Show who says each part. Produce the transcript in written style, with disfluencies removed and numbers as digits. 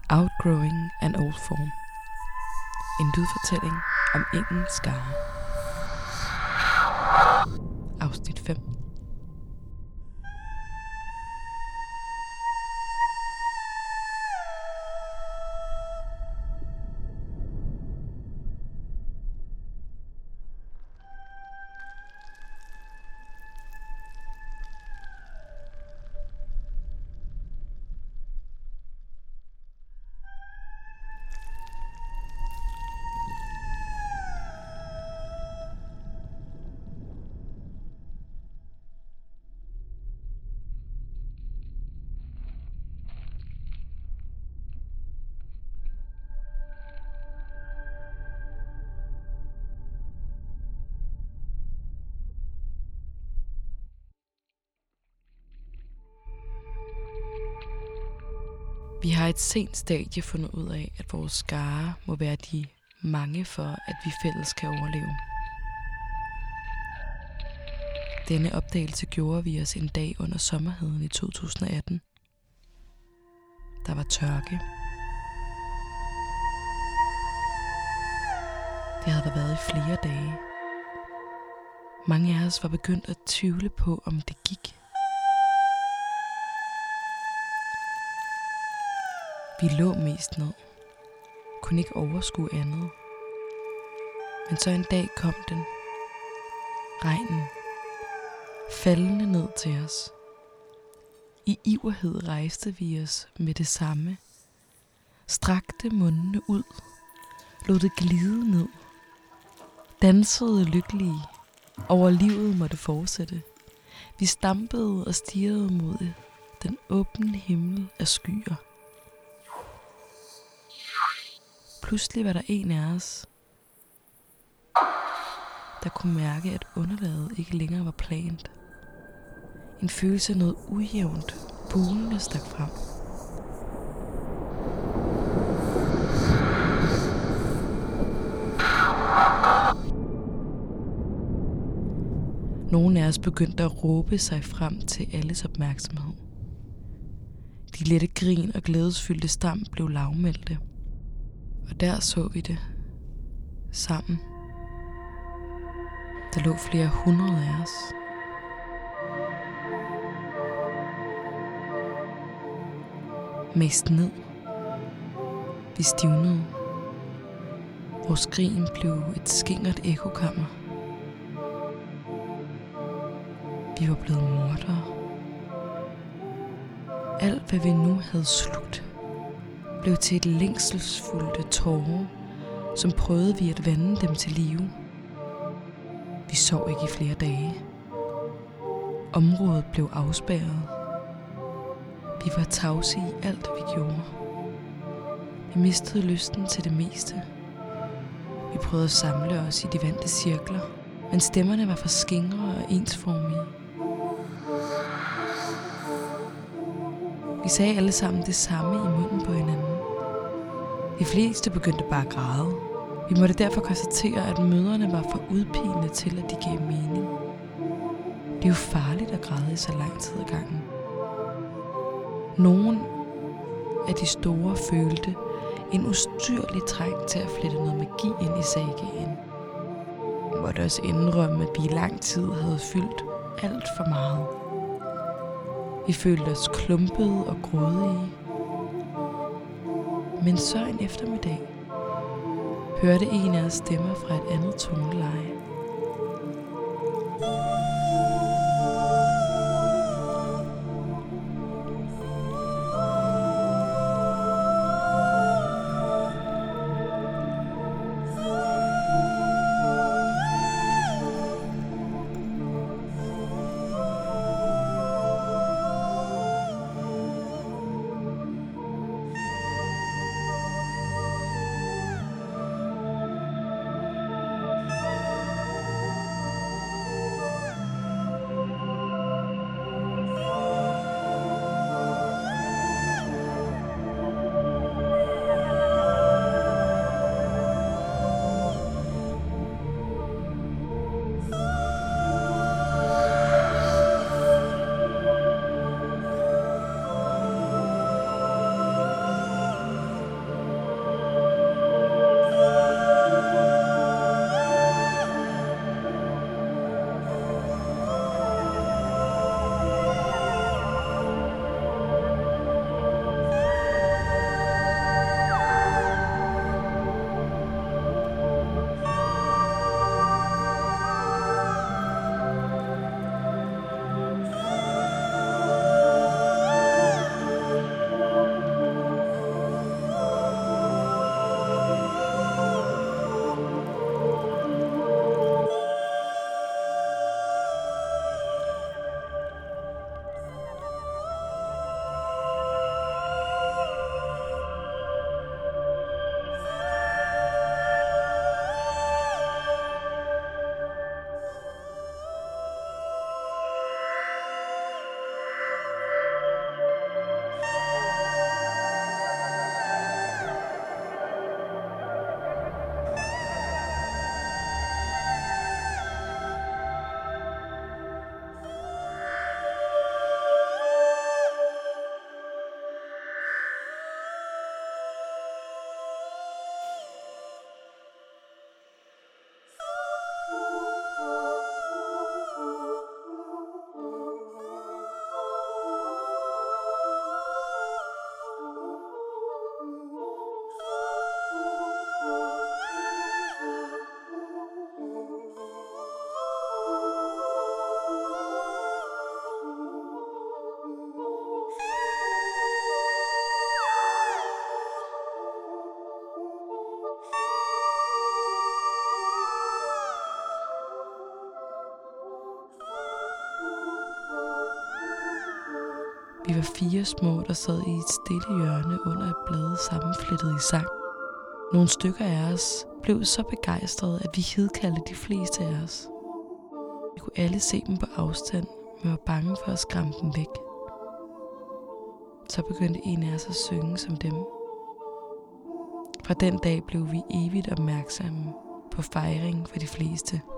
Speaker 1: Outgrowing an Old Form. En lydfortælling om ingen skare. Afsnit 5. Vi har i et sent stadie fundet ud af, at vores skare må være de mange for, at vi fælles kan overleve. Denne opdagelse gjorde vi os en dag under sommerheden i 2018. Der var tørke. Det havde der været i flere dage. Mange af os var begyndt at tvivle på, om det gik. Vi lå mest ned, kunne ikke overskue andet. Men så en dag kom den, regnen, faldende ned til os. I iverhed rejste vi os med det samme, strakte mundene ud, lod det glide ned, dansede lykkelige, over livet måtte fortsætte. Vi stampede og stirrede mod den åbne himmel af skyer. Pludselig var der en af os, der kunne mærke, at underlaget ikke længere var plant. En følelse af noget ujævnt, bulende stak frem. Nogle af os begyndte at råbe sig frem til alles opmærksomhed. De lette grin og glædesfyldte stam blev lavmælte. Og der så vi det. Sammen. Der lå flere hundrede af os. Mest ned. Vi stivnede. Vores grin blev et skingert ekokammer. Vi var blevet mordere. Alt hvad vi nu havde slugt, blev til et længselsfulde tårer, som prøvede vi at vande dem til live. Vi sov ikke i flere dage. Området blev afspærret. Vi var tavse i alt, vi gjorde. Vi mistede lysten til det meste. Vi prøvede at samle os i de vante cirkler, men stemmerne var for skingre og ensformige. Vi sagde alle sammen det samme i munden på hinanden. De fleste begyndte bare at græde. Vi måtte derfor konstatere, at møderne var for udpinede til, at de gav mening. Det er jo farligt at græde i så lang tid ad gangen. Nogle af de store følte en ustyrlig træng til at flette noget magi ind i sagaen. Vi måtte også indrømme, at vi i lang tid havde fyldt alt for meget. Vi følte os klumpede og grådige. Men så en eftermiddag hørte en af os stemmer fra et andet toneleje. Vi var 4 små, der sad i et stille hjørne under et blad sammenflettet i sang. Nogle stykker af os blev så begejstrede, at vi hidkaldte de fleste af os. Vi kunne alle se dem på afstand, men var bange for at skræmme dem væk. Så begyndte en af os at synge som dem. Fra den dag blev vi evigt opmærksomme på fejring for de fleste.